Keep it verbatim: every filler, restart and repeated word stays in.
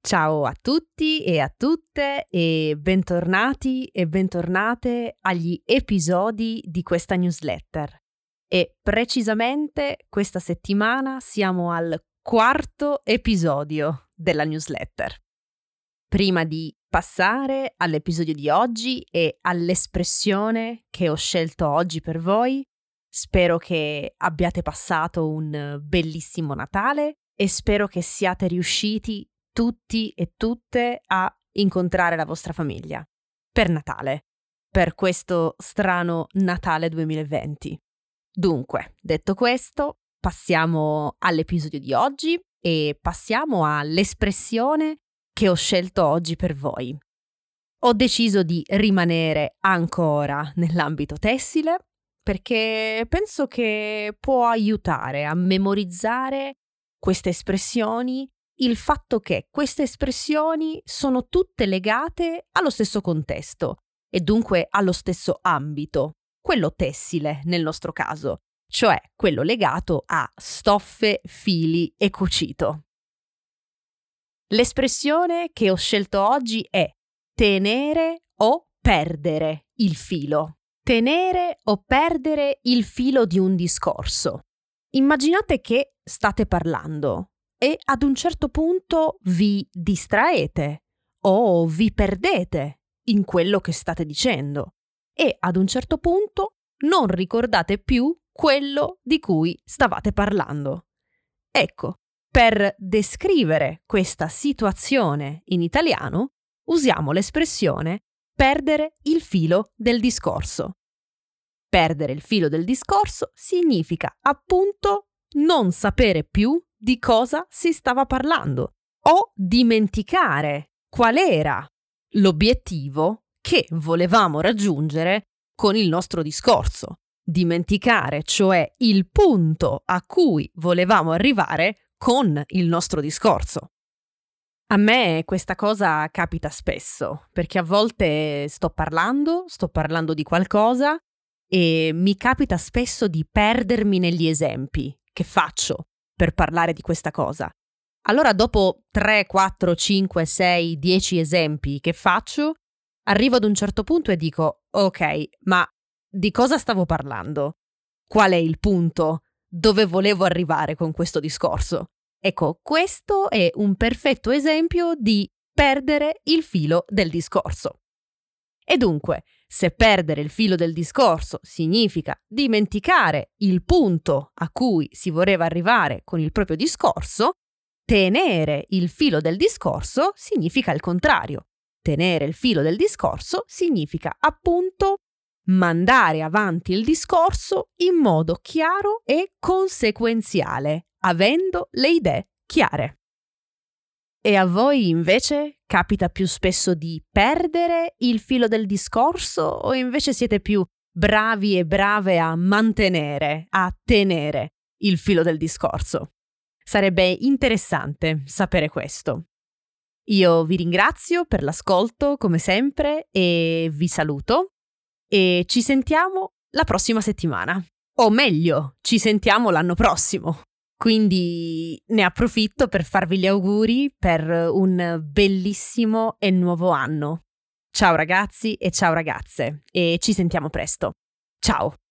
Ciao a tutti e a tutte e bentornati e bentornate agli episodi di questa newsletter. E precisamente questa settimana siamo al quarto episodio della newsletter. Prima di passare all'episodio di oggi e all'espressione che ho scelto oggi per voi, spero che abbiate passato un bellissimo Natale e spero che siate riusciti tutti e tutte a incontrare la vostra famiglia per Natale, per questo strano Natale duemilaventi. Dunque, detto questo, passiamo all'episodio di oggi e passiamo all'espressione che ho scelto oggi per voi. Ho deciso di rimanere ancora nell'ambito tessile perché penso che può aiutare a memorizzare queste espressioni il fatto che queste espressioni sono tutte legate allo stesso contesto e dunque allo stesso ambito, quello tessile nel nostro caso, cioè quello legato a stoffe, fili e cucito. L'espressione che ho scelto oggi è tenere o perdere il filo. Tenere o perdere il filo di un discorso. Immaginate che state parlando e ad un certo punto vi distraete o vi perdete in quello che state dicendo e ad un certo punto non ricordate più quello di cui stavate parlando. Ecco, per descrivere questa situazione in italiano usiamo l'espressione perdere il filo del discorso. Perdere il filo del discorso significa appunto non sapere più di cosa si stava parlando o dimenticare qual era l'obiettivo che volevamo raggiungere con il nostro discorso. Dimenticare, cioè il punto a cui volevamo arrivare con il nostro discorso. A me questa cosa capita spesso, perché a volte sto parlando, sto parlando di qualcosa e mi capita spesso di perdermi negli esempi che faccio per parlare di questa cosa. Allora dopo tre, quattro, cinque, sei, dieci esempi che faccio, arrivo ad un certo punto e dico ok, ma di cosa stavo parlando? Qual è il punto dove volevo arrivare con questo discorso? Ecco, questo è un perfetto esempio di perdere il filo del discorso. E dunque, se perdere il filo del discorso significa dimenticare il punto a cui si voleva arrivare con il proprio discorso, tenere il filo del discorso significa il contrario. Tenere il filo del discorso significa appunto mandare avanti il discorso in modo chiaro e conseguenziale, avendo le idee chiare. E a voi invece capita più spesso di perdere il filo del discorso o invece siete più bravi e brave a mantenere, a tenere il filo del discorso? Sarebbe interessante sapere questo. Io vi ringrazio per l'ascolto come sempre e vi saluto e ci sentiamo la prossima settimana. O meglio, ci sentiamo l'anno prossimo. Quindi ne approfitto per farvi gli auguri per un bellissimo e nuovo anno. Ciao ragazzi e ciao ragazze e ci sentiamo presto. Ciao!